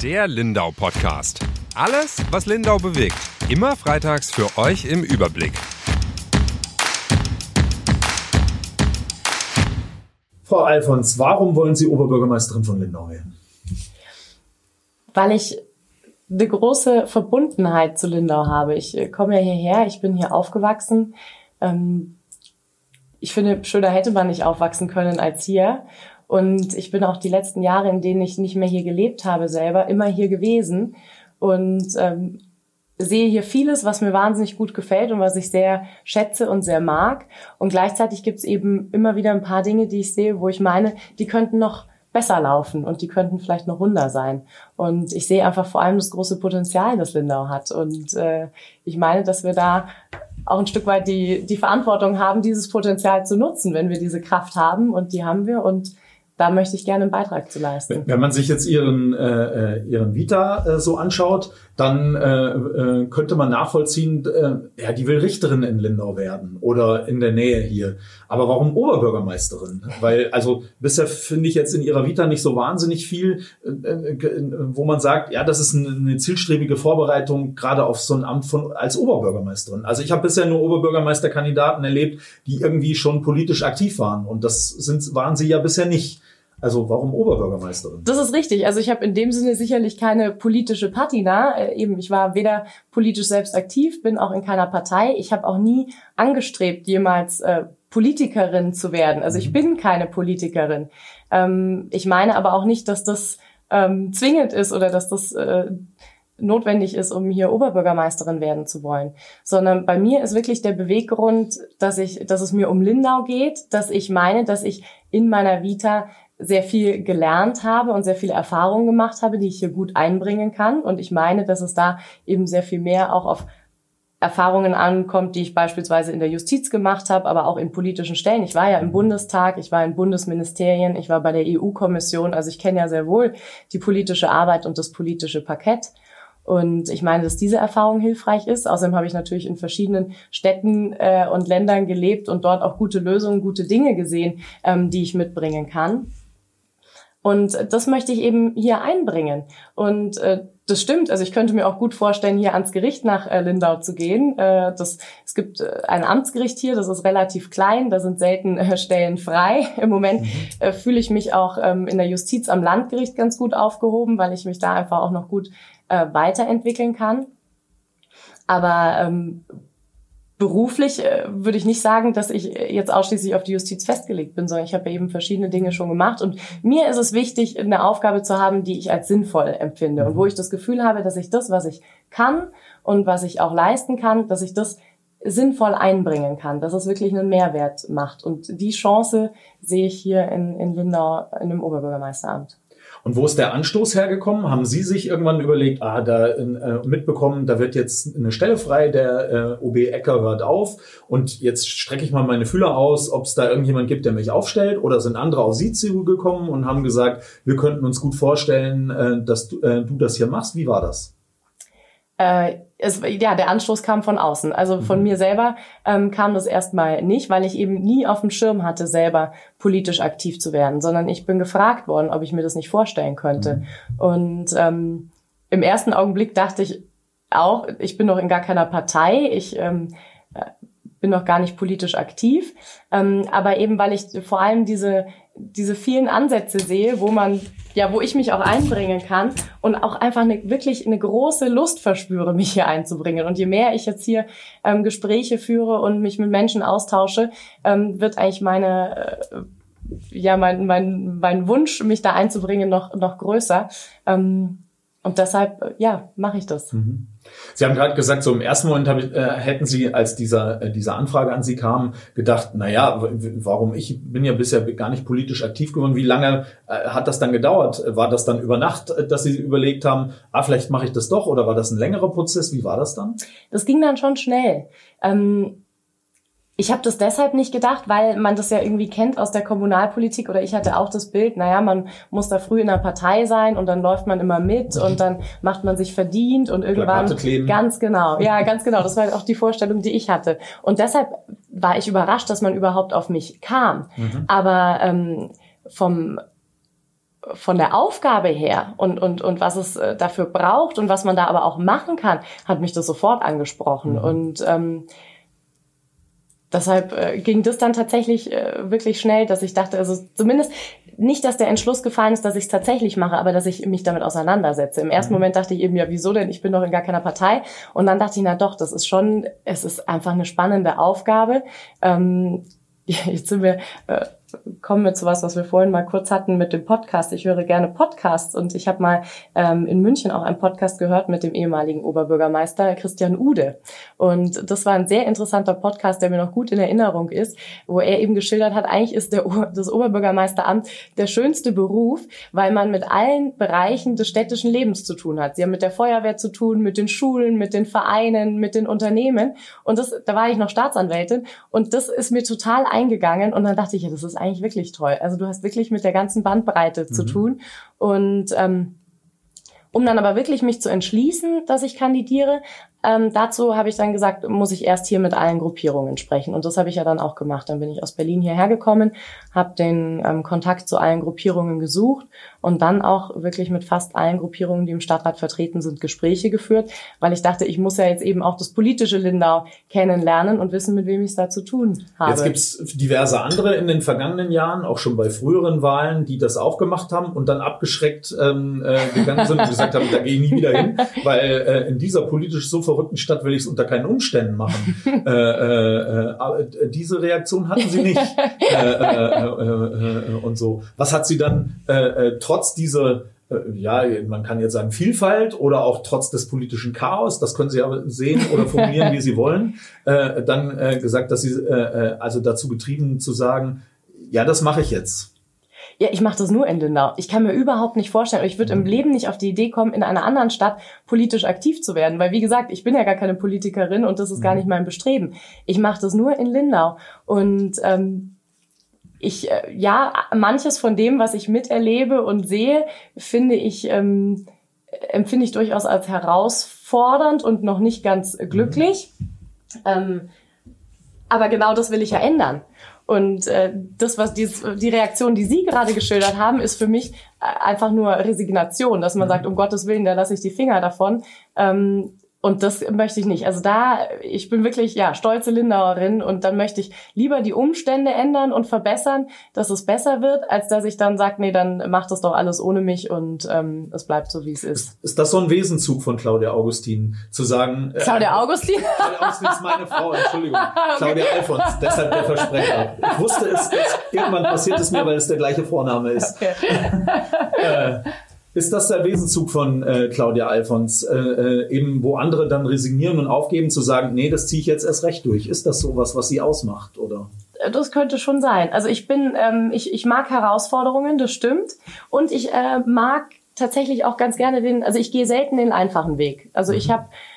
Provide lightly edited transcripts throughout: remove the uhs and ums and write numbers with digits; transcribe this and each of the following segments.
Der Lindau-Podcast. Alles, was Lindau bewegt. Immer freitags für euch im Überblick. Frau Alfons, warum wollen Sie Oberbürgermeisterin von Lindau werden? Weil ich eine große Verbundenheit zu Lindau habe. Ich komme ja hierher, ich bin hier aufgewachsen. Ich finde, schöner hätte man nicht aufwachsen können als hier. Und ich bin auch die letzten Jahre, in denen ich nicht mehr hier gelebt habe selber, immer hier gewesen. Und sehe hier vieles, was mir wahnsinnig gut gefällt und was ich sehr schätze und sehr mag. Und gleichzeitig gibt es eben immer wieder ein paar Dinge, die ich sehe, wo ich meine, die könnten noch besser laufen und die könnten vielleicht noch runder sein. Und ich sehe einfach vor allem das große Potenzial, das Lindau hat. Und ich meine, dass wir da auch ein Stück weit die Verantwortung haben, dieses Potenzial zu nutzen, wenn wir diese Kraft haben. Und die haben wir. Und da möchte ich gerne einen Beitrag zu leisten. Wenn man sich jetzt Ihren Vita so anschaut, dann könnte man nachvollziehen, die will Richterin in Lindau werden oder in der Nähe hier. Aber warum Oberbürgermeisterin? Weil, also bisher finde ich jetzt in Ihrer Vita nicht so wahnsinnig viel, wo man sagt, ja, das ist eine zielstrebige Vorbereitung gerade auf so ein Amt als Oberbürgermeisterin. Also ich habe bisher nur Oberbürgermeisterkandidaten erlebt, die irgendwie schon politisch aktiv waren. Und waren Sie ja bisher nicht. Also warum Oberbürgermeisterin? Das ist richtig. Also ich habe in dem Sinne sicherlich keine politische Patina. Ich war weder politisch selbst aktiv, bin auch in keiner Partei. Ich habe auch nie angestrebt, jemals Politikerin zu werden. Also ich bin keine Politikerin. Ich meine aber auch nicht, dass das zwingend ist oder dass das notwendig ist, um hier Oberbürgermeisterin werden zu wollen. Sondern bei mir ist wirklich der Beweggrund, dass es mir um Lindau geht, dass ich meine, dass ich in meiner Vita sehr viel gelernt habe und sehr viele Erfahrungen gemacht habe, die ich hier gut einbringen kann. Und ich meine, dass es da eben sehr viel mehr auch auf Erfahrungen ankommt, die ich beispielsweise in der Justiz gemacht habe, aber auch in politischen Stellen. Ich war ja im Bundestag, ich war in Bundesministerien, ich war bei der EU-Kommission. Also ich kenne ja sehr wohl die politische Arbeit und das politische Parkett. Und ich meine, dass diese Erfahrung hilfreich ist. Außerdem habe ich natürlich in verschiedenen Städten und Ländern gelebt und dort auch gute Lösungen, gute Dinge gesehen, die ich mitbringen kann. Und das möchte ich eben hier einbringen. Und das stimmt. Also ich könnte mir auch gut vorstellen, hier ans Gericht nach Lindau zu gehen. Es gibt ein Amtsgericht hier, das ist relativ klein. Da sind selten Stellen frei. Im Moment fühle ich mich auch in der Justiz am Landgericht ganz gut aufgehoben, weil ich mich da einfach auch noch gut weiterentwickeln kann. Aber beruflich würde ich nicht sagen, dass ich jetzt ausschließlich auf die Justiz festgelegt bin, sondern ich habe eben verschiedene Dinge schon gemacht. Und mir ist es wichtig, eine Aufgabe zu haben, die ich als sinnvoll empfinde und wo ich das Gefühl habe, dass ich das, was ich kann und was ich auch leisten kann, dass ich das sinnvoll einbringen kann, dass es wirklich einen Mehrwert macht. Und die Chance sehe ich hier in Lindau in dem Oberbürgermeisteramt. Und wo ist der Anstoß hergekommen? Haben Sie sich irgendwann überlegt, mitbekommen, da wird jetzt eine Stelle frei, der OB Ecker hört auf und jetzt strecke ich mal meine Fühler aus, ob es da irgendjemand gibt, der mich aufstellt, oder sind andere auf Sie zugekommen und haben gesagt, wir könnten uns gut vorstellen, dass du das hier machst. Wie war das? Der Anstoß kam von außen. Also von mir selber kam das erstmal nicht, weil ich eben nie auf dem Schirm hatte, selber politisch aktiv zu werden, sondern ich bin gefragt worden, ob ich mir das nicht vorstellen könnte. Und im ersten Augenblick dachte ich auch, ich bin noch in gar keiner Partei, ich bin noch gar nicht politisch aktiv, aber eben weil ich vor allem diese vielen Ansätze sehe, wo ich mich auch einbringen kann und auch einfach wirklich eine große Lust verspüre, mich hier einzubringen. Und je mehr ich jetzt hier Gespräche führe und mich mit Menschen austausche, wird eigentlich mein Wunsch, mich da einzubringen, noch größer. Und deshalb, mache ich das. Sie haben gerade gesagt, so im ersten Moment hätten Sie, als diese Anfrage an Sie kam, gedacht, warum? Ich bin ja bisher gar nicht politisch aktiv geworden. Wie lange hat das dann gedauert? War das dann über Nacht, dass Sie überlegt haben, vielleicht mache ich das doch? Oder war das ein längerer Prozess? Wie war das dann? Das ging dann schon schnell. Ich habe das deshalb nicht gedacht, weil man das ja irgendwie kennt aus der Kommunalpolitik, oder ich hatte auch das Bild, man muss da früh in der Partei sein und dann läuft man immer mit und dann macht man sich verdient und irgendwann ganz genau. Das war auch die Vorstellung, die ich hatte. Und deshalb war ich überrascht, dass man überhaupt auf mich kam. Aber vom von der Aufgabe her und was es dafür braucht und was man da aber auch machen kann, hat mich das sofort angesprochen. Und deshalb ging das dann tatsächlich wirklich schnell, dass ich dachte, also zumindest nicht, dass der Entschluss gefallen ist, dass ich es tatsächlich mache, aber dass ich mich damit auseinandersetze. Im ersten Moment dachte ich eben, ja, wieso denn? Ich bin doch in gar keiner Partei. Und dann dachte ich, na doch, es ist einfach eine spannende Aufgabe. Jetzt kommen wir zu was wir vorhin mal kurz hatten mit dem Podcast. Ich höre gerne Podcasts und ich habe mal in München auch einen Podcast gehört mit dem ehemaligen Oberbürgermeister Christian Ude. Und das war ein sehr interessanter Podcast, der mir noch gut in Erinnerung ist, wo er eben geschildert hat, eigentlich ist das Oberbürgermeisteramt der schönste Beruf, weil man mit allen Bereichen des städtischen Lebens zu tun hat. Sie haben mit der Feuerwehr zu tun, mit den Schulen, mit den Vereinen, mit den Unternehmen. Und da war ich noch Staatsanwältin und das ist mir total eingegangen. Und dann dachte ich, ja, das ist eigentlich wirklich toll. Also du hast wirklich mit der ganzen Bandbreite zu tun. Und um dann aber wirklich mich zu entschließen, dass ich kandidiere, dazu habe ich dann gesagt, muss ich erst hier mit allen Gruppierungen sprechen. Und das habe ich ja dann auch gemacht. Dann bin ich aus Berlin hierher gekommen, habe den Kontakt zu allen Gruppierungen gesucht und dann auch wirklich mit fast allen Gruppierungen, die im Stadtrat vertreten sind, Gespräche geführt, weil ich dachte, ich muss ja jetzt eben auch das politische Lindau kennenlernen und wissen, mit wem ich es da zu tun habe. Jetzt gibt es diverse andere in den vergangenen Jahren, auch schon bei früheren Wahlen, die das auch gemacht haben und dann abgeschreckt gegangen sind und gesagt haben, da gehe ich nie wieder hin, weil in dieser politisch so verrückten Stadt will ich es unter keinen Umständen machen. Aber diese Reaktion hatten sie nicht. Und so. Was hat sie dann trotz dieser, man kann jetzt sagen Vielfalt oder auch trotz des politischen Chaos, das können Sie aber sehen oder formulieren, wie Sie wollen, dann gesagt, dass Sie also dazu getrieben zu sagen, ja, das mache ich jetzt. Ja, ich mache das nur in Lindau. Ich kann mir überhaupt nicht vorstellen, ich würde im Leben nicht auf die Idee kommen, in einer anderen Stadt politisch aktiv zu werden. Weil, wie gesagt, ich bin ja gar keine Politikerin und das ist gar nicht mein Bestreben. Ich mache das nur in Lindau. Und manches von dem, was ich miterlebe und sehe, empfinde ich durchaus als herausfordernd und noch nicht ganz glücklich. Aber genau das will ich ja ändern. Und die Reaktion, die Sie gerade geschildert haben, ist für mich einfach nur Resignation, dass man sagt, um Gottes Willen, da lasse ich die Finger davon. Und das möchte ich nicht. Also ich bin wirklich, stolze Lindauerin und dann möchte ich lieber die Umstände ändern und verbessern, dass es besser wird, als dass ich dann sage, nee, dann macht das doch alles ohne mich und es bleibt so, wie es ist. Ist das so ein Wesenzug von Claudia Augustin, zu sagen... Claudia Augustin? Claudia Augustin ist meine Frau, Entschuldigung. Okay. Claudia Alfons, deshalb der Versprecher. Ich wusste es, irgendwann passiert es mir, weil es der gleiche Vorname ist. Okay. Ist das der Wesenzug von Claudia Alfons, eben wo andere dann resignieren und aufgeben, zu sagen, nee, das ziehe ich jetzt erst recht durch? Ist das sowas, was sie ausmacht, oder? Das könnte schon sein. Also ich mag Herausforderungen, das stimmt. Und ich mag tatsächlich auch ganz gerne ich gehe selten den einfachen Weg. Also ich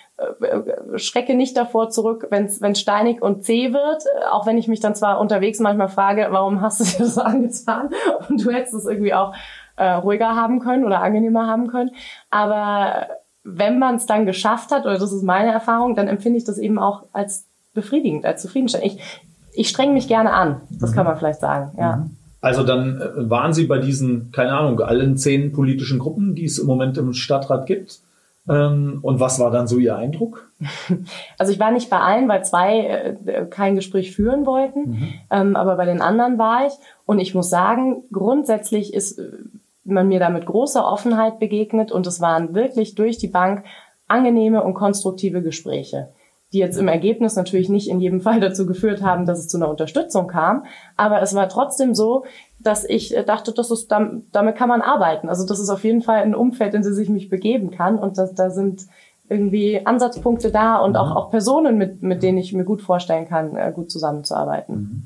schrecke nicht davor zurück, wenn es steinig und zäh wird, auch wenn ich mich dann zwar unterwegs manchmal frage, warum hast du dir das angetan? Und du hättest es irgendwie auch ruhiger haben können oder angenehmer haben können. Aber wenn man es dann geschafft hat, oder das ist meine Erfahrung, dann empfinde ich das eben auch als befriedigend, als zufriedenstellend. Ich strenge mich gerne an, das kann man vielleicht sagen, ja. Also dann waren Sie bei diesen, keine Ahnung, allen 10 politischen Gruppen, die es im Moment im Stadtrat gibt. Und was war dann so Ihr Eindruck? Also ich war nicht bei allen, weil 2 kein Gespräch führen wollten, aber bei den anderen war ich. Und ich muss sagen, grundsätzlich ist man mir da mit großer Offenheit begegnet und es waren wirklich durch die Bank angenehme und konstruktive Gespräche, die jetzt im Ergebnis natürlich nicht in jedem Fall dazu geführt haben, dass es zu einer Unterstützung kam, aber es war trotzdem so, dass ich dachte, damit kann man arbeiten. Also das ist auf jeden Fall ein Umfeld, in das ich mich begeben kann und da sind irgendwie Ansatzpunkte da und auch Personen, mit denen ich mir gut vorstellen kann, gut zusammenzuarbeiten.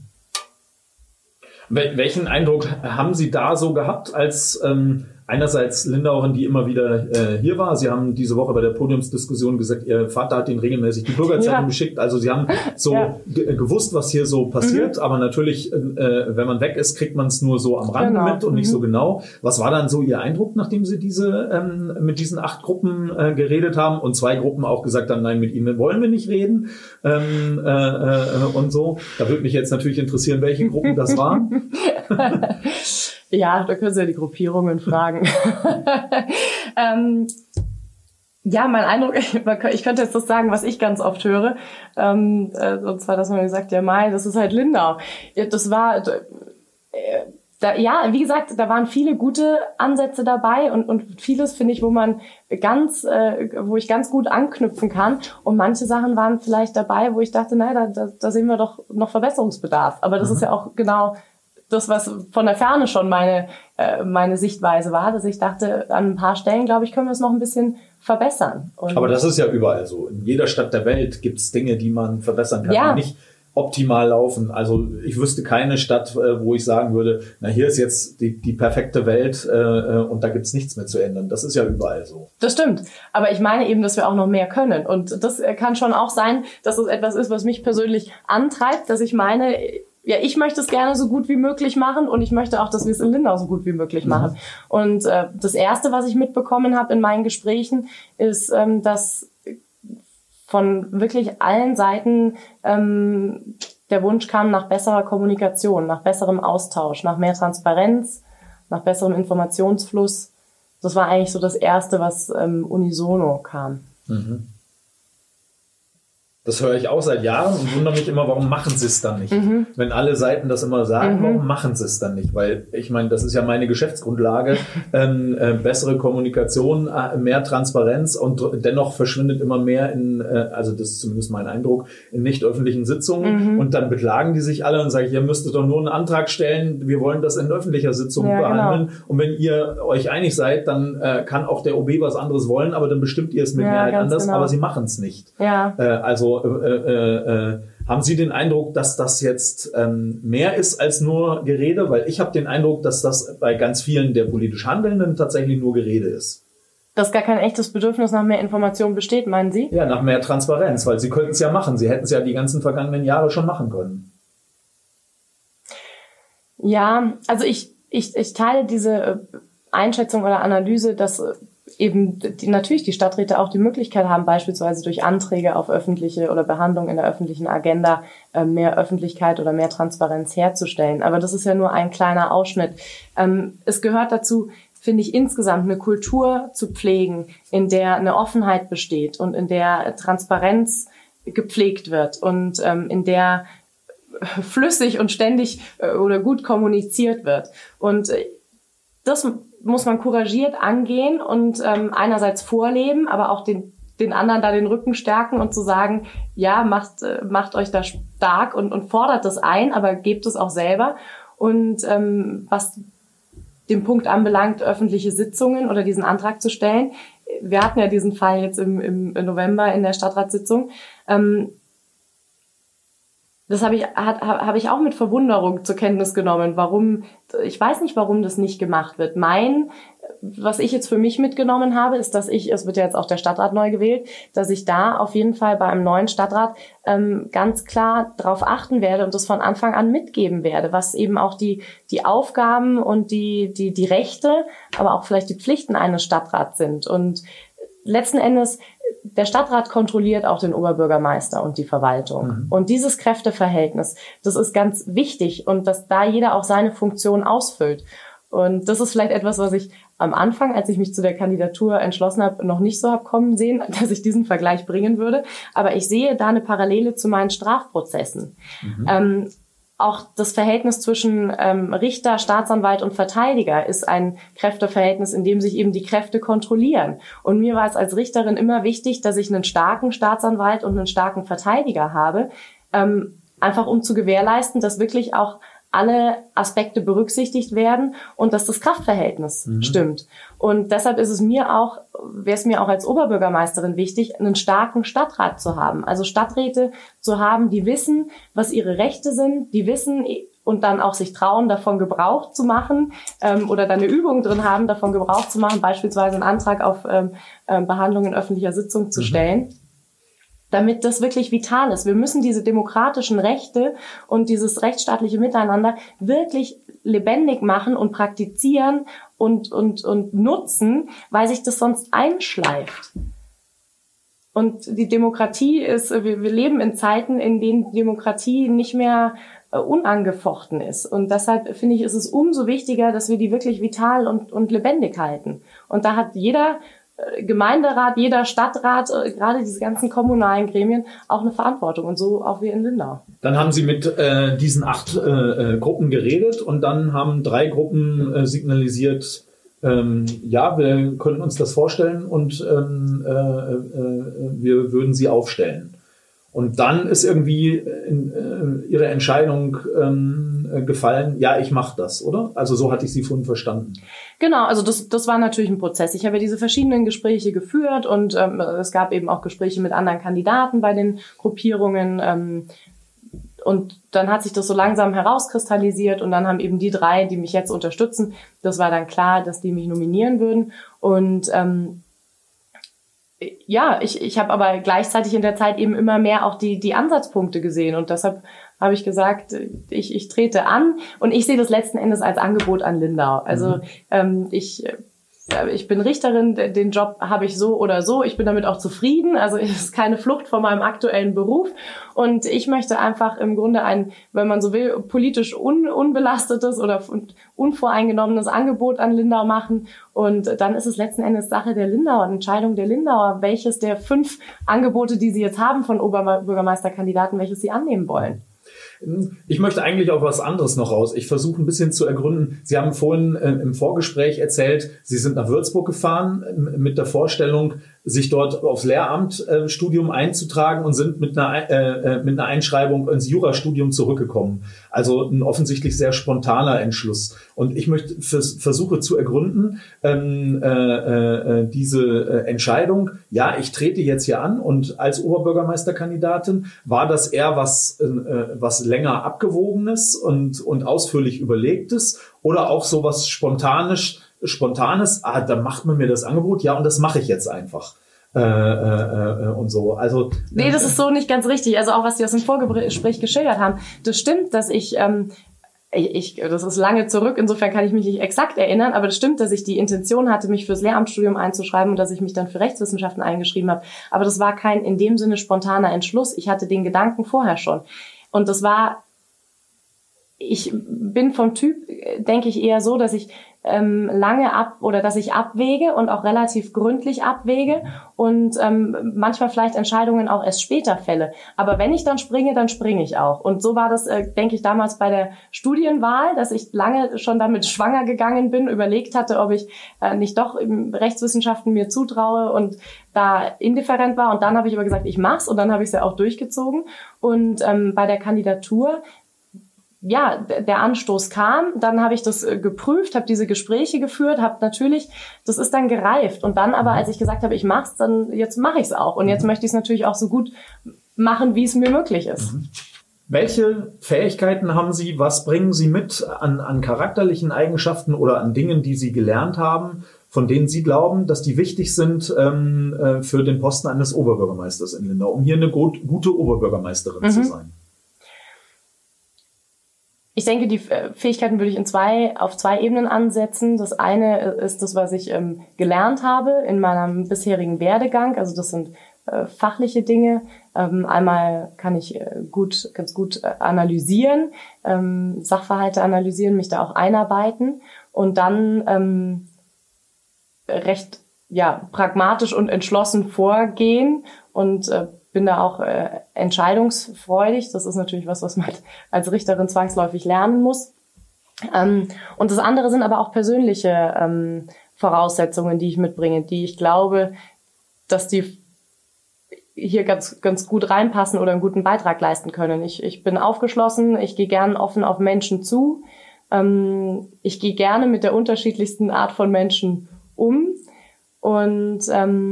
Welchen Eindruck haben Sie da so gehabt als einerseits Lindauerin, die immer wieder hier war? Sie haben diese Woche bei der Podiumsdiskussion gesagt, Ihr Vater hat Ihnen regelmäßig die Bürgerzeitung geschickt. Also Sie haben so gewusst, was hier so passiert. Aber natürlich, wenn man weg ist, kriegt man es nur so am Rande mit und nicht so genau. Was war dann so Ihr Eindruck, nachdem Sie mit diesen 8 Gruppen geredet haben und 2 Gruppen auch gesagt haben, nein, mit Ihnen wollen wir nicht reden und so? Da würde mich jetzt natürlich interessieren, welche Gruppen das waren. Ja, da können Sie ja die Gruppierungen fragen. Ja, mein Eindruck, ich könnte jetzt das sagen, was ich ganz oft höre, und zwar, dass man mir sagt, ja, Mai, das ist halt Lindau. Ja, das war, ja, wie gesagt, da waren viele gute Ansätze dabei und vieles, finde ich, wo ich ganz gut anknüpfen kann. Und manche Sachen waren vielleicht dabei, wo ich dachte, nein, da sehen wir doch noch Verbesserungsbedarf. Aber das ist ja auch genau das, was von der Ferne schon meine Sichtweise war, dass ich dachte, an ein paar Stellen, glaube ich, können wir es noch ein bisschen verbessern. Aber das ist ja überall so. In jeder Stadt der Welt gibt es Dinge, die man verbessern kann, die nicht optimal laufen. Also ich wüsste keine Stadt, wo ich sagen würde, na, hier ist jetzt die perfekte Welt und da gibt's nichts mehr zu ändern. Das ist ja überall so. Das stimmt. Aber ich meine eben, dass wir auch noch mehr können. Und das kann schon auch sein, dass es etwas ist, was mich persönlich antreibt, dass ich meine, ja, ich möchte es gerne so gut wie möglich machen und ich möchte auch, dass wir es in Lindau so gut wie möglich machen. Und das Erste, was ich mitbekommen habe in meinen Gesprächen, ist, dass von wirklich allen Seiten der Wunsch kam nach besserer Kommunikation, nach besserem Austausch, nach mehr Transparenz, nach besserem Informationsfluss. Das war eigentlich so das Erste, was unisono kam. Mhm. Das höre ich auch seit Jahren und wundere mich immer, warum machen sie es dann nicht? Wenn alle Seiten das immer sagen, warum machen sie es dann nicht? Weil ich meine, das ist ja meine Geschäftsgrundlage, bessere Kommunikation, mehr Transparenz und dennoch verschwindet immer mehr also das ist zumindest mein Eindruck, in nicht öffentlichen Sitzungen und dann beklagen die sich alle und sagen, ihr müsstet doch nur einen Antrag stellen, wir wollen das in öffentlicher Sitzung behandeln und wenn ihr euch einig seid, dann kann auch der OB was anderes wollen, aber dann bestimmt ihr es mit Mehrheit anders, aber sie machen es nicht. Ja. Also haben Sie den Eindruck, dass das jetzt mehr ist als nur Gerede? Weil ich habe den Eindruck, dass das bei ganz vielen der politisch Handelnden tatsächlich nur Gerede ist. Dass gar kein echtes Bedürfnis nach mehr Information besteht, meinen Sie? Ja, nach mehr Transparenz, weil Sie könnten es ja machen. Sie hätten es ja die ganzen vergangenen Jahre schon machen können. Ja, also ich teile diese Einschätzung oder Analyse, dass eben natürlich die Stadträte auch die Möglichkeit haben, beispielsweise durch Anträge auf öffentliche oder Behandlung in der öffentlichen Agenda mehr Öffentlichkeit oder mehr Transparenz herzustellen. Aber das ist ja nur ein kleiner Ausschnitt. Es gehört dazu, finde ich, insgesamt eine Kultur zu pflegen, in der eine Offenheit besteht und in der Transparenz gepflegt wird und in der flüssig und ständig oder gut kommuniziert wird. Und das muss man couragiert angehen und einerseits vorleben, aber auch den anderen da den Rücken stärken und zu sagen, ja, macht euch da stark und fordert das ein, aber gebt es auch selber. Und was den Punkt anbelangt, öffentliche Sitzungen oder diesen Antrag zu stellen, wir hatten ja diesen Fall jetzt im November in der Stadtratssitzung, das habe ich auch mit Verwunderung zur Kenntnis genommen. Ich weiß nicht, warum das nicht gemacht wird. Was ich jetzt für mich mitgenommen habe, ist, dass es wird ja jetzt auch der Stadtrat neu gewählt, dass ich da auf jeden Fall bei einem neuen Stadtrat ganz klar darauf achten werde und das von Anfang an mitgeben werde, was eben auch die Aufgaben und die Rechte, aber auch vielleicht die Pflichten eines Stadtrats sind. Und letzten Endes, der Stadtrat kontrolliert auch den Oberbürgermeister und die Verwaltung. Und dieses Kräfteverhältnis, das ist ganz wichtig und dass da jeder auch seine Funktion ausfüllt. Und das ist vielleicht etwas, was ich am Anfang, als ich mich zu der Kandidatur entschlossen habe, noch nicht so habe kommen sehen, dass ich diesen Vergleich bringen würde. Aber ich sehe da eine Parallele zu meinen Strafprozessen. Auch das Verhältnis zwischen Richter, Staatsanwalt und Verteidiger ist ein Kräfteverhältnis, in dem sich eben die Kräfte kontrollieren. Und mir war es als Richterin immer wichtig, dass ich einen starken Staatsanwalt und einen starken Verteidiger habe, einfach um zu gewährleisten, dass wirklich auch alle Aspekte berücksichtigt werden und dass das Kraftverhältnis stimmt. Und deshalb wäre es mir auch als Oberbürgermeisterin wichtig, einen starken Stadtrat zu haben. Also Stadträte zu haben, die wissen, was ihre Rechte sind, die wissen und dann auch sich trauen, davon Gebrauch zu machen oder dann eine Übung drin haben, davon Gebrauch zu machen, beispielsweise einen Antrag auf Behandlung in öffentlicher Sitzung zu stellen, damit das wirklich vital ist. Wir müssen diese demokratischen Rechte und dieses rechtsstaatliche Miteinander wirklich lebendig machen und praktizieren und nutzen, weil sich das sonst einschleift. Und die Demokratie wir leben in Zeiten, in denen Demokratie nicht mehr unangefochten ist. Und deshalb finde ich, ist es umso wichtiger, dass wir die wirklich vital und lebendig halten. Und da hat jeder Gemeinderat, jeder Stadtrat, gerade diese ganzen kommunalen Gremien auch eine Verantwortung und so auch wir in Lindau. Dann haben Sie mit diesen 8 Gruppen geredet und dann haben 3 Gruppen signalisiert, ja, wir können uns das vorstellen und wir würden sie aufstellen. Und dann ist irgendwie Ihre Entscheidung gefallen, ja, ich mache das, oder? Also so hatte ich Sie vorhin verstanden. Genau, also das war natürlich ein Prozess. Ich habe ja diese verschiedenen Gespräche geführt und es gab eben auch Gespräche mit anderen Kandidaten bei den Gruppierungen. Und dann hat sich das so langsam herauskristallisiert und dann haben eben die 3, die mich jetzt unterstützen, das war dann klar, dass die mich nominieren würden. Und ja, ich habe aber gleichzeitig in der Zeit eben immer mehr auch die Ansatzpunkte gesehen und deshalb habe ich gesagt, ich trete an und ich sehe das letzten Endes als Angebot an Lindau. Also ich bin Richterin, den Job habe ich so oder so, ich bin damit auch zufrieden, also es ist keine Flucht von meinem aktuellen Beruf und ich möchte einfach im Grunde ein, wenn man so will, politisch unbelastetes oder unvoreingenommenes Angebot an Lindau machen und dann ist es letzten Endes Sache der Lindauer, Entscheidung der Lindauer, welches der 5 Angebote, die sie jetzt haben von Oberbürgermeisterkandidaten, welches sie annehmen wollen. Ich möchte eigentlich auf was anderes noch raus. Ich versuche ein bisschen zu ergründen. Sie haben vorhin im Vorgespräch erzählt, Sie sind nach Würzburg gefahren mit der Vorstellung, sich dort aufs Lehramtsstudium einzutragen und sind mit einer Einschreibung ins Jurastudium zurückgekommen. Also ein offensichtlich sehr spontaner Entschluss. Und ich versuche zu ergründen, diese Entscheidung, ja, ich trete jetzt hier an und als Oberbürgermeisterkandidatin, war das eher was länger Abgewogenes und ausführlich Überlegtes oder auch so was Spontanes, da macht man mir das Angebot, ja, und das mache ich jetzt einfach. Und so. Also nee, das ist so nicht ganz richtig. Also auch was Sie aus dem Vorgespräch geschildert haben, das stimmt, dass ich das ist lange zurück, insofern kann ich mich nicht exakt erinnern, aber das stimmt, dass ich die Intention hatte, mich fürs Lehramtsstudium einzuschreiben und dass ich mich dann für Rechtswissenschaften eingeschrieben habe. Aber das war kein in dem Sinne spontaner Entschluss. Ich hatte den Gedanken vorher schon. Und das war, ich bin vom Typ, denke ich, eher so, dass ich dass ich abwäge und auch relativ gründlich abwäge und manchmal vielleicht Entscheidungen auch erst später fälle. Aber wenn ich dann springe ich auch. Und so war das, denke ich, damals bei der Studienwahl, dass ich lange schon damit schwanger gegangen bin, überlegt hatte, ob ich nicht doch Rechtswissenschaften mir zutraue und da indifferent war. Und dann habe ich aber gesagt, ich mach's und dann habe ich es ja auch durchgezogen. Und bei der Kandidatur ja, der Anstoß kam, dann habe ich das geprüft, habe diese Gespräche geführt, habe natürlich, das ist dann gereift. Und dann aber, als ich gesagt habe, ich mach's, dann jetzt mache ich es auch. Und jetzt möchte ich es natürlich auch so gut machen, wie es mir möglich ist. Welche Fähigkeiten haben Sie, was bringen Sie mit an charakterlichen Eigenschaften oder an Dingen, die Sie gelernt haben, von denen Sie glauben, dass die wichtig sind für den Posten eines Oberbürgermeisters in Lindau, um hier eine gute Oberbürgermeisterin zu sein? Ich denke, die Fähigkeiten würde ich auf 2 Ebenen ansetzen. Das eine ist das, was ich gelernt habe in meinem bisherigen Werdegang. Also das sind fachliche Dinge. Einmal kann ich ganz gut analysieren, Sachverhalte analysieren, mich da auch einarbeiten und dann recht pragmatisch und entschlossen vorgehen und bin da auch entscheidungsfreudig. Das ist natürlich was man als Richterin zwangsläufig lernen muss. Und das andere sind aber auch persönliche Voraussetzungen, die ich mitbringe, die ich glaube, dass die hier ganz gut reinpassen oder einen guten Beitrag leisten können. Ich bin aufgeschlossen, ich gehe gern offen auf Menschen zu. Ich gehe gerne mit der unterschiedlichsten Art von Menschen um. Und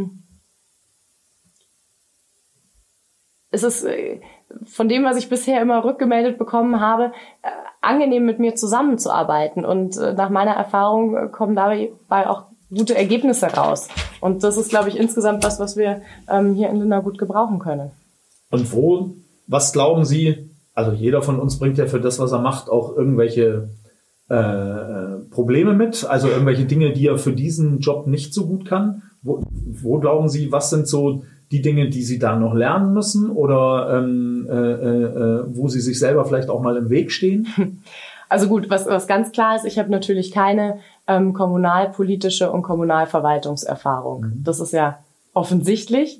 es ist von dem, was ich bisher immer rückgemeldet bekommen habe, angenehm mit mir zusammenzuarbeiten. Und nach meiner Erfahrung kommen dabei auch gute Ergebnisse raus. Und das ist, glaube ich, insgesamt was wir hier in Lindau gut gebrauchen können. Und was glauben Sie, also jeder von uns bringt ja für das, was er macht, auch irgendwelche Probleme mit, also irgendwelche Dinge, die er für diesen Job nicht so gut kann. Wo glauben Sie, was sind so die Dinge, die Sie da noch lernen müssen oder wo Sie sich selber vielleicht auch mal im Weg stehen? Also gut, was ganz klar ist, ich habe natürlich keine kommunalpolitische und Kommunalverwaltungserfahrung. Das ist ja offensichtlich.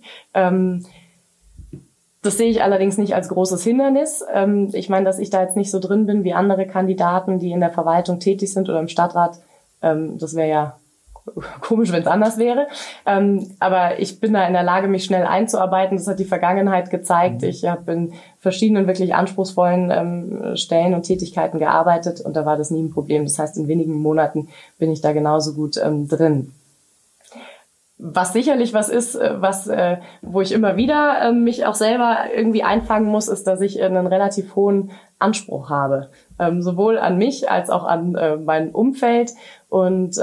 Das sehe ich allerdings nicht als großes Hindernis. Ich meine, dass ich da jetzt nicht so drin bin wie andere Kandidaten, die in der Verwaltung tätig sind oder im Stadtrat. Das wäre ja komisch, wenn es anders wäre. Aber ich bin da in der Lage, mich schnell einzuarbeiten. Das hat die Vergangenheit gezeigt. Ich habe in verschiedenen wirklich anspruchsvollen Stellen und Tätigkeiten gearbeitet und da war das nie ein Problem. Das heißt, in wenigen Monaten bin ich da genauso gut drin. Was sicherlich was ist, wo ich immer wieder mich auch selber irgendwie einfangen muss, ist, dass ich einen relativ hohen Anspruch habe. Sowohl an mich als auch an mein Umfeld. Und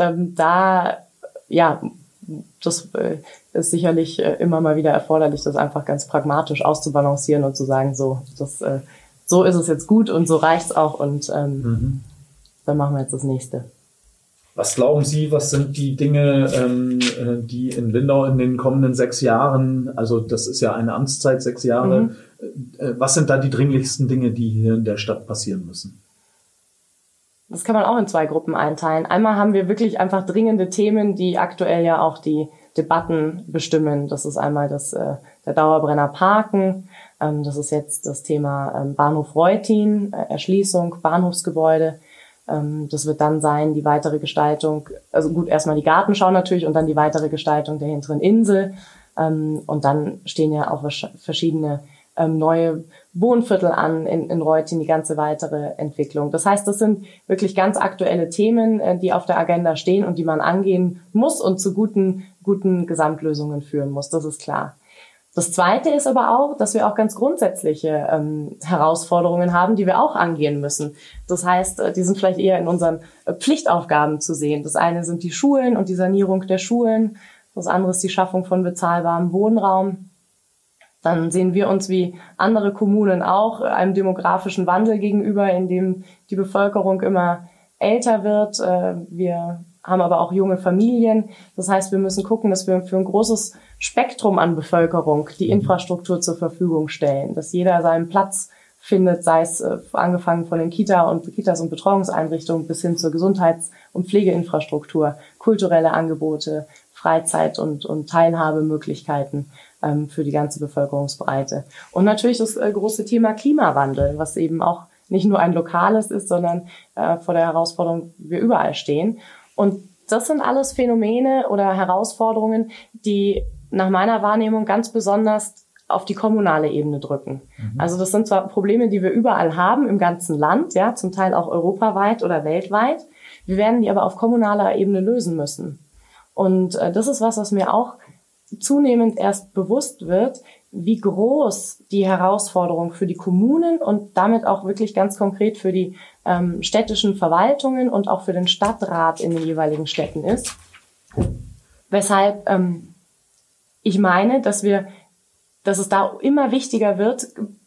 das ist sicherlich immer mal wieder erforderlich, das einfach ganz pragmatisch auszubalancieren und zu sagen, so ist es jetzt gut und so reicht's auch und dann machen wir jetzt das Nächste. Was glauben Sie, was sind die Dinge, die in Lindau in den kommenden 6 Jahren, also das ist ja eine Amtszeit, 6 Jahre, was sind da die dringlichsten Dinge, die hier in der Stadt passieren müssen? Das kann man auch in 2 Gruppen einteilen. Einmal haben wir wirklich einfach dringende Themen, die aktuell ja auch die Debatten bestimmen. Das ist einmal der Dauerbrenner Parken, das ist jetzt das Thema Bahnhof Reutin, Erschließung, Bahnhofsgebäude. Das wird dann sein, die weitere Gestaltung, also gut, erstmal die Gartenschau natürlich und dann die weitere Gestaltung der hinteren Insel. Und dann stehen ja auch verschiedene neue Wohnviertel an in Reutin, die ganze weitere Entwicklung. Das heißt, das sind wirklich ganz aktuelle Themen, die auf der Agenda stehen und die man angehen muss und zu guten Gesamtlösungen führen muss. Das ist klar. Das Zweite ist aber auch, dass wir auch ganz grundsätzliche Herausforderungen haben, die wir auch angehen müssen. Das heißt, die sind vielleicht eher in unseren Pflichtaufgaben zu sehen. Das eine sind die Schulen und die Sanierung der Schulen. Das andere ist die Schaffung von bezahlbarem Wohnraum. Dann sehen wir uns wie andere Kommunen auch einem demografischen Wandel gegenüber, in dem die Bevölkerung immer älter wird. Wir haben aber auch junge Familien. Das heißt, wir müssen gucken, dass wir für ein großes Spektrum an Bevölkerung die Infrastruktur zur Verfügung stellen, dass jeder seinen Platz findet, sei es angefangen von den Kitas und Betreuungseinrichtungen bis hin zur Gesundheits- und Pflegeinfrastruktur, kulturelle Angebote, Freizeit- und Teilhabemöglichkeiten für die ganze Bevölkerungsbreite. Und natürlich das große Thema Klimawandel, was eben auch nicht nur ein lokales ist, sondern vor der Herausforderung wir überall stehen. Und das sind alles Phänomene oder Herausforderungen, die nach meiner Wahrnehmung ganz besonders auf die kommunale Ebene drücken. Also das sind zwar Probleme, die wir überall haben im ganzen Land, ja, zum Teil auch europaweit oder weltweit. Wir werden die aber auf kommunaler Ebene lösen müssen. Und das ist was mir auch zunehmend erst bewusst wird, wie groß die Herausforderung für die Kommunen und damit auch wirklich ganz konkret für die städtischen Verwaltungen und auch für den Stadtrat in den jeweiligen Städten ist. Weshalb ich meine, dass es da immer wichtiger wird,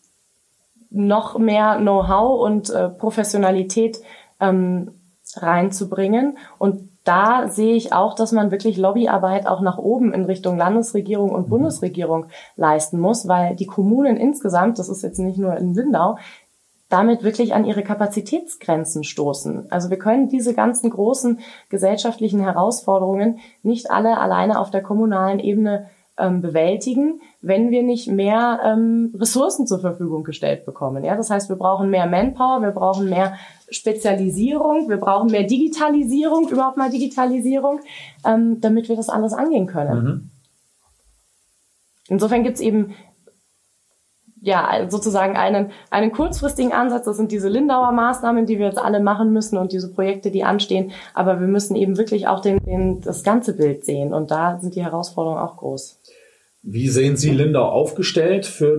noch mehr Know-how und Professionalität reinzubringen. Und da sehe ich auch, dass man wirklich Lobbyarbeit auch nach oben in Richtung Landesregierung und Bundesregierung leisten muss, weil die Kommunen insgesamt, das ist jetzt nicht nur in Lindau, damit wirklich an ihre Kapazitätsgrenzen stoßen. Also wir können diese ganzen großen gesellschaftlichen Herausforderungen nicht alle alleine auf der kommunalen Ebene bewältigen, wenn wir nicht mehr Ressourcen zur Verfügung gestellt bekommen. Ja, das heißt, wir brauchen mehr Manpower, wir brauchen mehr Spezialisierung, wir brauchen mehr Digitalisierung, überhaupt mal Digitalisierung, damit wir das alles angehen können. Insofern gibt's eben ja sozusagen einen kurzfristigen Ansatz. Das sind diese Lindauer Maßnahmen, die wir jetzt alle machen müssen und diese Projekte, die anstehen. Aber wir müssen eben wirklich auch das ganze Bild sehen. Und da sind die Herausforderungen auch groß. Wie sehen Sie Lindau aufgestellt für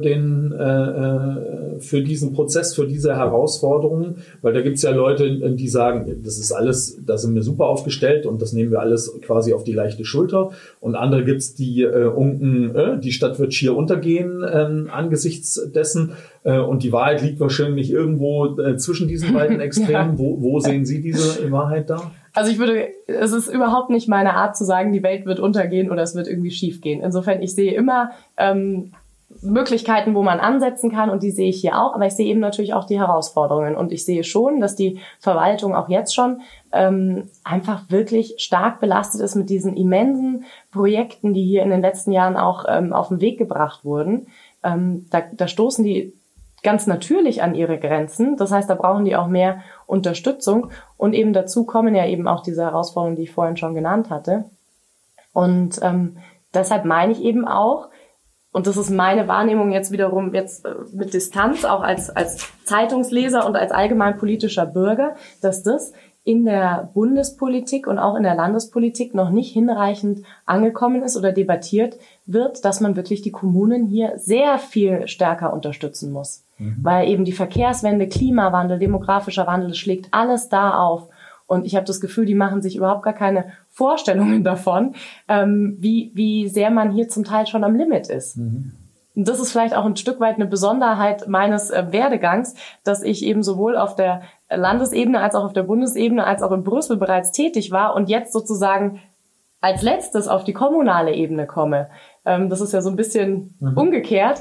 diesen Prozess, für diese Herausforderungen? Weil da gibt es ja Leute, die sagen, das ist alles, da sind wir super aufgestellt und das nehmen wir alles quasi auf die leichte Schulter. Und andere gibt es, die unken, die Stadt wird schier untergehen angesichts dessen. und die Wahrheit liegt wahrscheinlich irgendwo zwischen diesen beiden Extremen. Ja. Wo sehen Sie diese Wahrheit da? Also es ist überhaupt nicht meine Art zu sagen, die Welt wird untergehen oder es wird irgendwie schief gehen. Insofern, ich sehe immer Möglichkeiten, wo man ansetzen kann, und die sehe ich hier auch, aber ich sehe eben natürlich auch die Herausforderungen, und ich sehe schon, dass die Verwaltung auch jetzt schon einfach wirklich stark belastet ist mit diesen immensen Projekten, die hier in den letzten Jahren auch auf den Weg gebracht wurden. Da stoßen die ganz natürlich an ihre Grenzen. Das heißt, da brauchen die auch mehr Unterstützung, und eben dazu kommen ja eben auch diese Herausforderungen, die ich vorhin schon genannt hatte. Und deshalb meine ich eben auch, und das ist meine Wahrnehmung jetzt wiederum mit Distanz, auch als Zeitungsleser und als allgemein politischer Bürger, dass das in der Bundespolitik und auch in der Landespolitik noch nicht hinreichend angekommen ist oder debattiert wird, dass man wirklich die Kommunen hier sehr viel stärker unterstützen muss. Weil eben die Verkehrswende, Klimawandel, demografischer Wandel, das schlägt alles da auf. Und ich habe das Gefühl, die machen sich überhaupt gar keine Vorstellungen davon, wie sehr man hier zum Teil schon am Limit ist. Und das ist vielleicht auch ein Stück weit eine Besonderheit meines Werdegangs, dass ich eben sowohl auf der Landesebene als auch auf der Bundesebene als auch in Brüssel bereits tätig war und jetzt sozusagen als letztes auf die kommunale Ebene komme. Das ist ja so ein bisschen umgekehrt.